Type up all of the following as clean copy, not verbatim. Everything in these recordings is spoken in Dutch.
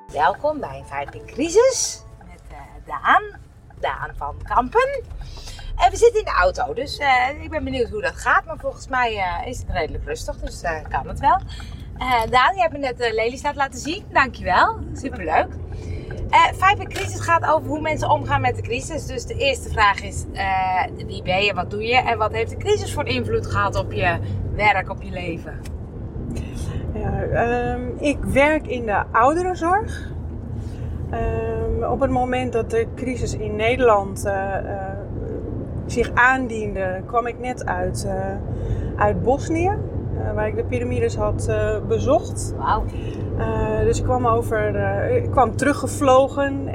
Welkom bij Vijf Crisis met Daan van Kampen. En we zitten in de auto, dus ik ben benieuwd hoe dat gaat. Maar volgens mij is het redelijk rustig, dus kan het wel. Daan, je hebt me net Lelystad laten zien. Dankjewel, superleuk. Vijf Crisis gaat over hoe mensen omgaan met de crisis. Dus de eerste vraag is, wie ben je, wat doe je en wat heeft de crisis voor invloed gehad op je werk, op je leven? Ja, ik werk in de ouderenzorg. Op het moment dat de crisis in Nederland zich aandiende, kwam ik net uit Bosnië, waar ik de piramides had bezocht. Wauw. Dus ik kwam teruggevlogen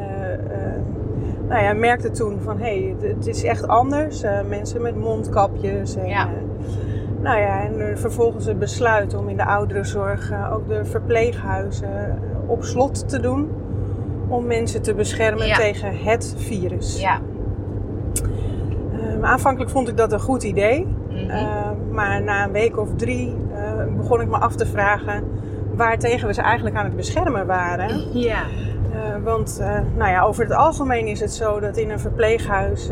en merkte toen van het is echt anders. Mensen met mondkapjes en... Ja. En vervolgens het besluit om in de ouderenzorg ook de verpleeghuizen op slot te doen. Om mensen te beschermen tegen het virus. Ja. Aanvankelijk vond ik dat een goed idee. Mm-hmm. Maar na een week of 3 begon ik me af te vragen waartegen we ze eigenlijk aan het beschermen waren. Ja. Want over het algemeen is het zo dat in een verpleeghuis...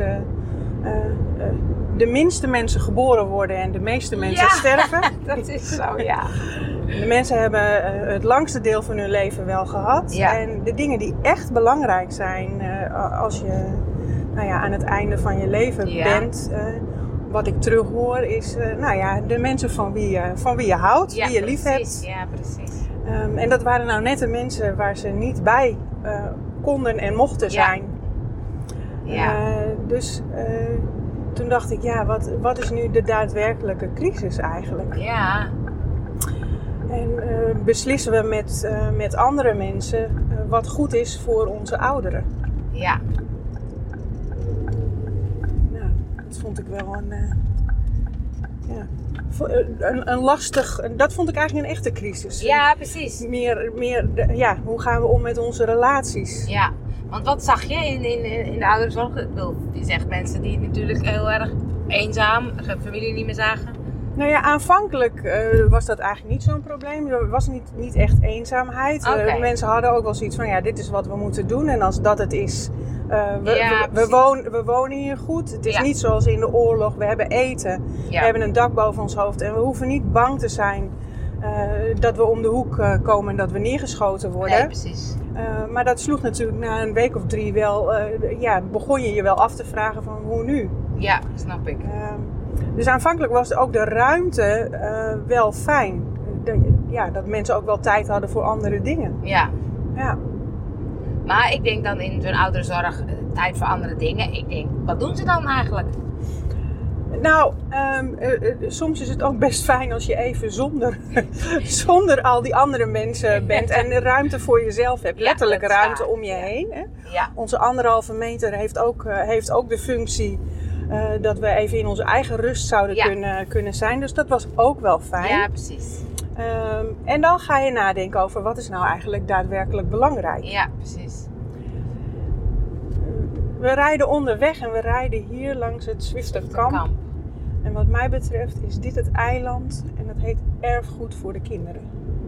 de minste mensen geboren worden en de meeste mensen sterven. Dat is zo, ja. De mensen hebben het langste deel van hun leven wel gehad. Ja. En de dingen die echt belangrijk zijn als je aan het einde van je leven bent... wat ik terughoor is de mensen van wie je houdt, wie je lief hebt. Ja, precies. En dat waren nou net de mensen waar ze niet bij konden en mochten zijn. Ja. Toen dacht ik, wat is nu de daadwerkelijke crisis eigenlijk? Ja. En beslissen we met andere mensen wat goed is voor onze ouderen? Ja. Nou, dat vond ik wel een lastig... Dat vond ik eigenlijk een echte crisis. Ja, precies. Hoe gaan we om met onze relaties? Ja. Want wat zag je in de ouderenzorg? Je zegt mensen die natuurlijk heel erg eenzaam, geen familie niet meer zagen. Nou ja, aanvankelijk was dat eigenlijk niet zo'n probleem. Er was niet echt eenzaamheid. Okay. Mensen hadden ook wel zoiets van, dit is wat we moeten doen. En als dat het is, we wonen hier goed. Het is niet zoals in de oorlog, we hebben eten. Ja. We hebben een dak boven ons hoofd. En we hoeven niet bang te zijn dat we om de hoek komen en dat we neergeschoten worden. Nee, precies. Maar dat sloeg natuurlijk na een week of 3 wel, begon je wel af te vragen van hoe nu? Ja, snap ik. Dus aanvankelijk was ook de ruimte wel fijn. Dat mensen ook wel tijd hadden voor andere dingen. Ja. Ja. Maar ik denk dan in zo'n ouderenzorg tijd voor andere dingen. Ik denk, wat doen ze dan eigenlijk? Nou, soms is het ook best fijn als je even zonder al die andere mensen bent en ruimte voor jezelf hebt. Letterlijk ruimte om je heen. Hè? Ja. Onze 1,5 meter heeft ook de functie dat we even in onze eigen rust zouden kunnen zijn. Dus dat was ook wel fijn. Ja, precies. En dan ga je nadenken over wat is nou eigenlijk daadwerkelijk belangrijk. Ja, precies. We rijden onderweg en we rijden hier langs het Zwifterkamp. En wat mij betreft is dit het eiland en dat heet erfgoed voor de kinderen.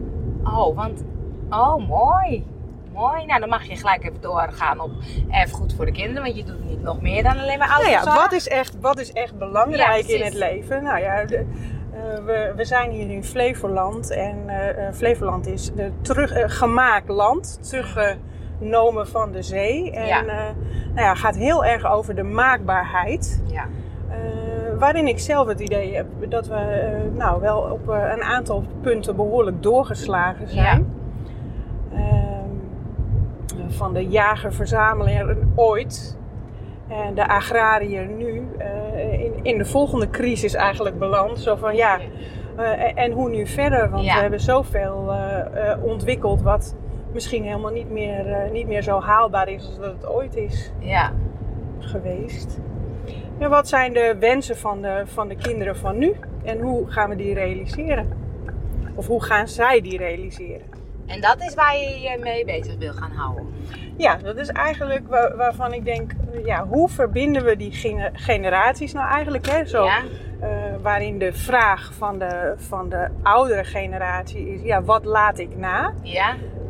Mooi. Mooi. Nou, dan mag je gelijk even doorgaan op erfgoed voor de kinderen. Want je doet niet nog meer dan alleen maar ouderenzorg. Wat is echt belangrijk in het leven? Nou ja, we zijn hier in Flevoland. En Flevoland is gemaakt land. Teruggenomen van de zee. En gaat heel erg over de maakbaarheid. Ja. Waarin ik zelf het idee heb dat we wel op een aantal punten behoorlijk doorgeslagen zijn. Ja. Van de jager-verzamelaar ooit en de agrariër nu in de volgende crisis eigenlijk beland. Zo van en hoe nu verder? Want we hebben zoveel ontwikkeld wat misschien helemaal niet meer zo haalbaar is als dat het ooit is geweest. En wat zijn de wensen van de kinderen van nu? En hoe gaan we die realiseren? Of hoe gaan zij die realiseren? En dat is waar je je mee bezig wil gaan houden. Ja, dat is eigenlijk waarvan ik denk, hoe verbinden we die generaties nou eigenlijk? Hè? Zo, waarin de vraag van de oudere generatie is, wat laat ik na? Ja.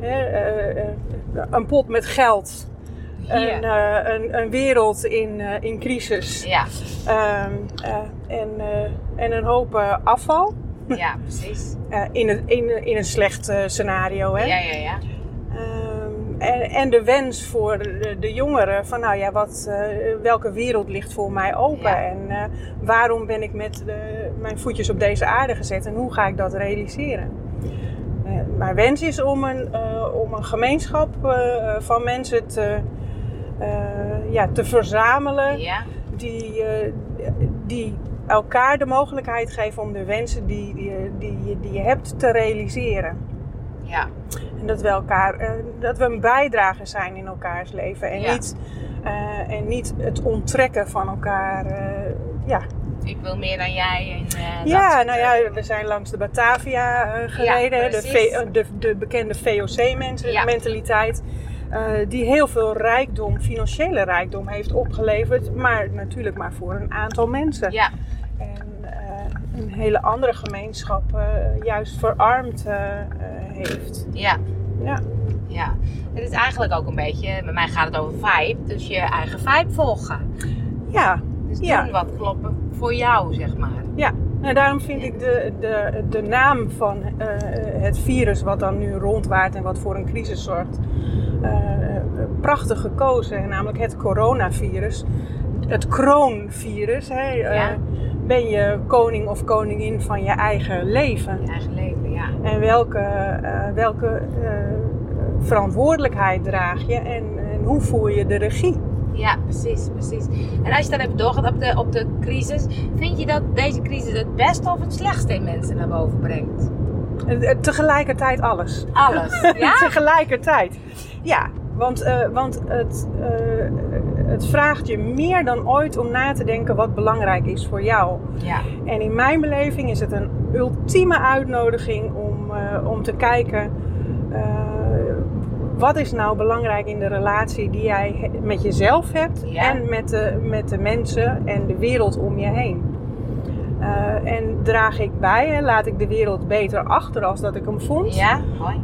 Een pot met geld. Een wereld in crisis. Ja. En een hoop afval. Ja, precies. In een slecht scenario. Hè? Ja. En de wens voor de jongeren van welke wereld ligt voor mij open? Ja. En waarom ben ik met mijn voetjes op deze aarde gezet en hoe ga ik dat realiseren? Mijn wens is om een gemeenschap van mensen te verzamelen die elkaar de mogelijkheid geven om de wensen die je hebt te realiseren. Ja. En dat we een bijdrage zijn in elkaars leven en niet het onttrekken van elkaar. Ik wil meer dan jij. We zijn langs de Batavia gereden, de bekende VOC-mentaliteit. Die heel veel rijkdom, financiële rijkdom heeft opgeleverd, maar natuurlijk maar voor een aantal mensen. Ja. En een hele andere gemeenschap juist verarmd heeft. Ja. Ja. Ja. Het is eigenlijk ook een beetje, bij mij gaat het over vibe, dus je eigen vibe volgen. Ja. Dus doen wat kloppen voor jou, zeg maar. Ja. Nou, daarom vind ik de naam van het virus wat dan nu rondwaart en wat voor een crisis zorgt, prachtig gekozen. Namelijk het coronavirus. Het kroonvirus. Ben je koning of koningin van je eigen leven? Je eigen leven, ja. En welke verantwoordelijkheid draag je en hoe voer je de regie? Ja, precies. En als je dan even doorgaat op de crisis, vind je dat deze crisis het beste of het slechtste in mensen naar boven brengt? Tegelijkertijd alles. Alles, ja? Tegelijkertijd. Ja, want het vraagt je meer dan ooit om na te denken wat belangrijk is voor jou. Ja. En in mijn beleving is het een ultieme uitnodiging om te kijken, wat is nou belangrijk in de relatie die jij met jezelf hebt en met de mensen en de wereld om je heen. En draag ik bij, laat ik de wereld beter achter als dat ik hem vond? Ja, mooi.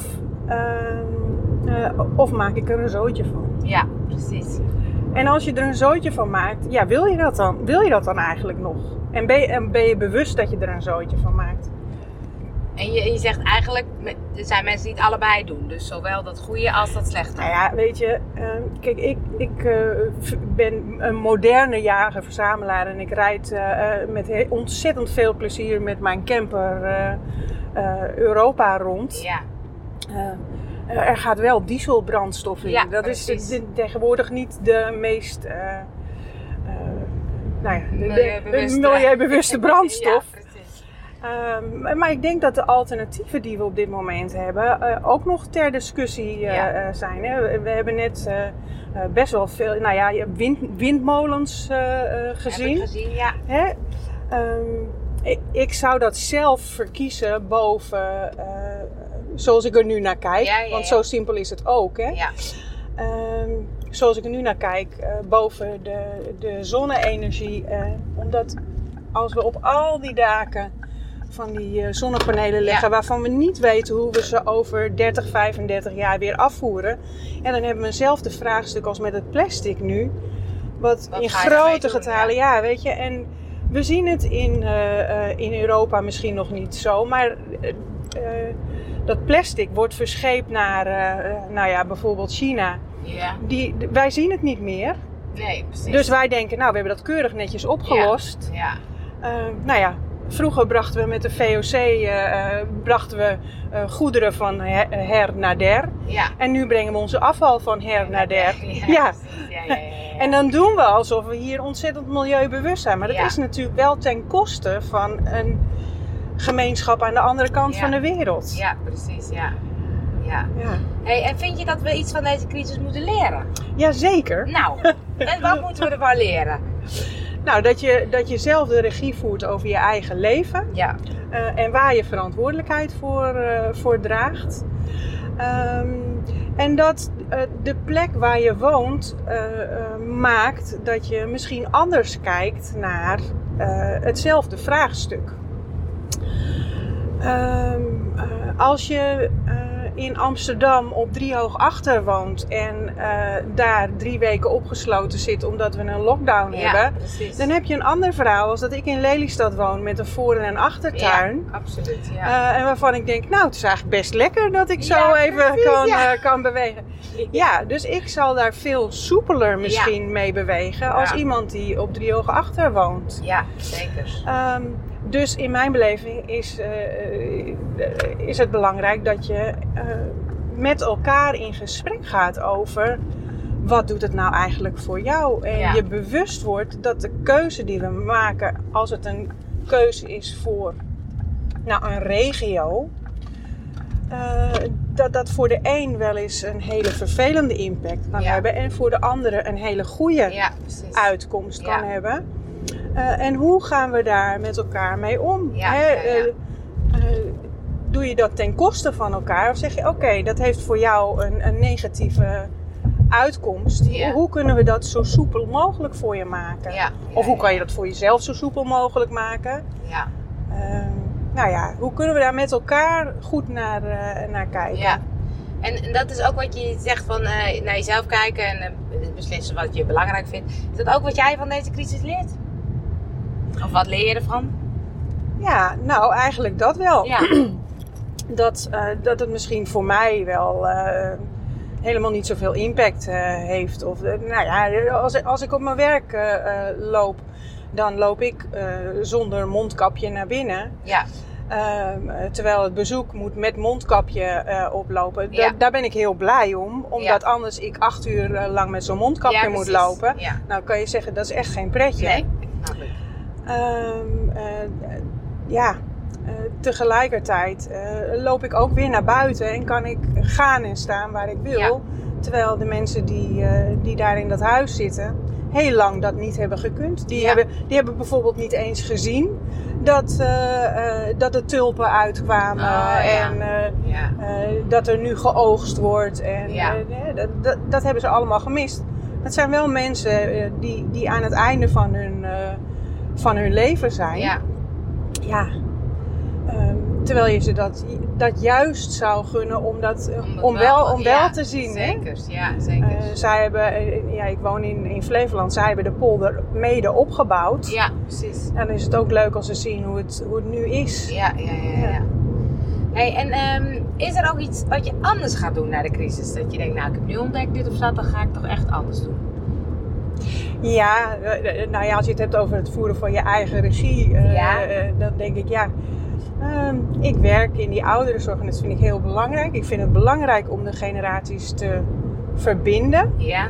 Of maak ik er een zootje van? Ja, precies. En als je er een zootje van maakt, wil je dat dan? Wil je dat dan eigenlijk nog? En ben je bewust dat je er een zootje van maakt? En je zegt eigenlijk, er zijn mensen die het allebei doen. Dus zowel dat goede als dat slechte. Nou ja, weet je, kijk, ik ben een moderne jager-verzamelaar. En ik rijd met ontzettend veel plezier met mijn camper Europa rond. Ja. Er gaat wel dieselbrandstof in. Ja, dat is tegenwoordig niet de meest milieubewuste brandstof. Ja, maar ik denk dat de alternatieven die we op dit moment hebben ook nog ter discussie zijn. Hè. We hebben net best wel veel windmolens gezien. Heb ik gezien, ja. Hè? Ik zou dat zelf verkiezen boven zoals ik er nu naar kijk. Want zo simpel is het ook. Hè? Ja. Zoals ik er nu naar kijk, boven de zonne-energie. Omdat als we op al die daken van die zonnepanelen leggen, waarvan we niet weten hoe we ze over 30, 35 jaar weer afvoeren. En dan hebben we eenzelfde vraagstuk als met het plastic nu. Wat in grote getalen, ja, weet je. En we zien het in Europa misschien nog niet zo, maar dat plastic wordt verscheept naar bijvoorbeeld China. Ja. Wij zien het niet meer. Nee, precies. Dus wij denken, we hebben dat keurig netjes opgelost. Ja. Vroeger brachten we met de VOC goederen van her naar der. Ja. En nu brengen we onze afval van her naar der. Ja. En dan doen we alsof we hier ontzettend milieubewust zijn. Maar dat is natuurlijk wel ten koste van een gemeenschap aan de andere kant van de wereld. Ja, precies. Ja. Hey, en vind je dat we iets van deze crisis moeten leren? Jazeker. Nou, en wat moeten we ervan leren? Nou, dat je zelf de regie voert over je eigen leven. Ja. En waar je verantwoordelijkheid voor draagt. En dat de plek waar je woont maakt dat je misschien anders kijkt naar hetzelfde vraagstuk. Als je in Amsterdam op Driehoog-Achter woont en daar 3 weken opgesloten zit omdat we een lockdown hebben, precies. Dan heb je een ander verhaal als dat ik in Lelystad woon met een voor- en een achtertuin. Ja, absoluut. Ja. En waarvan ik denk, nou, het is eigenlijk best lekker dat ik zo even kan bewegen. Ja, dus ik zal daar veel soepeler misschien mee bewegen als iemand die op Driehoog-Achter woont. Ja, zeker. Dus in mijn beleving is het belangrijk dat je met elkaar in gesprek gaat over wat doet het nou eigenlijk voor jou. En je bewust wordt dat de keuze die we maken, als het een keuze is voor een regio, dat voor de een wel eens een hele vervelende impact kan hebben en voor de andere een hele goede uitkomst kan hebben. En hoe gaan we daar met elkaar mee om? Doe je dat ten koste van elkaar? Of zeg je, oké, dat heeft voor jou een negatieve uitkomst. Hoe kunnen we dat zo soepel mogelijk voor je maken? Of hoe kan je dat voor jezelf zo soepel mogelijk maken? Hoe kunnen we daar met elkaar goed naar kijken? Ja. En dat is ook wat je zegt van naar jezelf kijken en beslissen wat je belangrijk vindt. Is dat ook wat jij van deze crisis leert? Of wat leer je ervan? Ja, nou eigenlijk dat wel. Ja. Dat het misschien voor mij wel helemaal niet zoveel impact heeft. Of, als ik op mijn werk loop, dan loop ik zonder mondkapje naar binnen. Ja. Terwijl het bezoek moet met mondkapje oplopen. Daar ben ik heel blij om. Omdat anders ik 8 uur lang met zo'n mondkapje moet lopen. Ja. Nou kan je zeggen, dat is echt geen pretje. Nee, snap ik. Tegelijkertijd loop ik ook weer naar buiten en kan ik gaan en staan waar ik wil. Ja. Terwijl de mensen die daar in dat huis zitten heel lang dat niet hebben gekund. Die hebben bijvoorbeeld niet eens gezien dat de tulpen uitkwamen dat er nu geoogst wordt. En dat hebben ze allemaal gemist. Het zijn wel mensen die aan het einde van hun leven zijn. Ja. Terwijl je ze dat juist zou gunnen om wel te zien. Zeker, hè? Ja, zeker. Zij hebben, ik woon in Flevoland, zij hebben de polder mede opgebouwd. Ja, precies. En dan is het ook leuk als ze zien hoe het nu is. Ja. Hey, en is er ook iets wat je anders gaat doen na de crisis? Dat je denkt, nou, ik heb nu ontdekt dit of dat, dan ga ik toch echt anders doen. Ja, als je het hebt over het voeren van je eigen regie, dan denk ik ik werk in die ouderenzorg en dat vind ik heel belangrijk. Ik vind het belangrijk om de generaties te verbinden. Ja.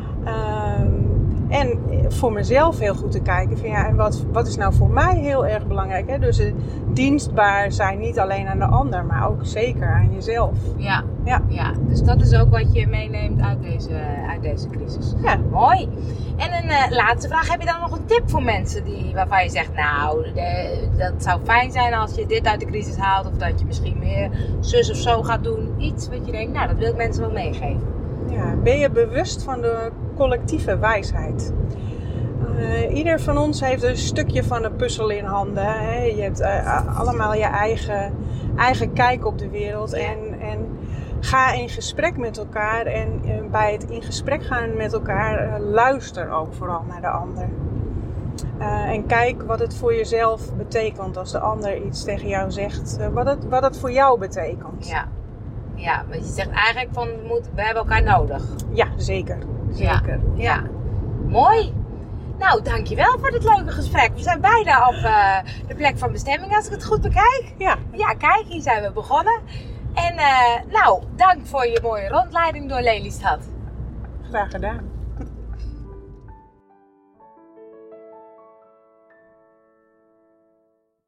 En voor mezelf heel goed te kijken van en wat is nou voor mij heel erg belangrijk. Hè? Dus dienstbaar zijn niet alleen aan de ander, maar ook zeker aan jezelf. Ja. Dus dat is ook wat je meeneemt uit deze crisis. Ja. Mooi. En een laatste vraag. Heb je dan nog een tip voor mensen waarvan je zegt, nou, dat zou fijn zijn als je dit uit de crisis haalt. Of dat je misschien meer zus of zo gaat doen. Iets wat je denkt, nou, dat wil ik mensen wel meegeven. Ja, ben je bewust van de collectieve wijsheid? Ieder van ons heeft een stukje van een puzzel in handen. Hè? Je hebt allemaal je eigen kijk op de wereld. En ga in gesprek met elkaar. En bij het in gesprek gaan met elkaar, luister ook vooral naar de ander. En kijk wat het voor jezelf betekent als de ander iets tegen jou zegt. Wat het voor jou betekent. Ja, want je zegt eigenlijk van we hebben elkaar nodig. Ja, zeker. Ja. Mooi. Nou, dankjewel voor dit leuke gesprek. We zijn bijna op de plek van bestemming als ik het goed bekijk. Ja, kijk, hier zijn we begonnen. En dank voor je mooie rondleiding door Lelystad. Graag gedaan.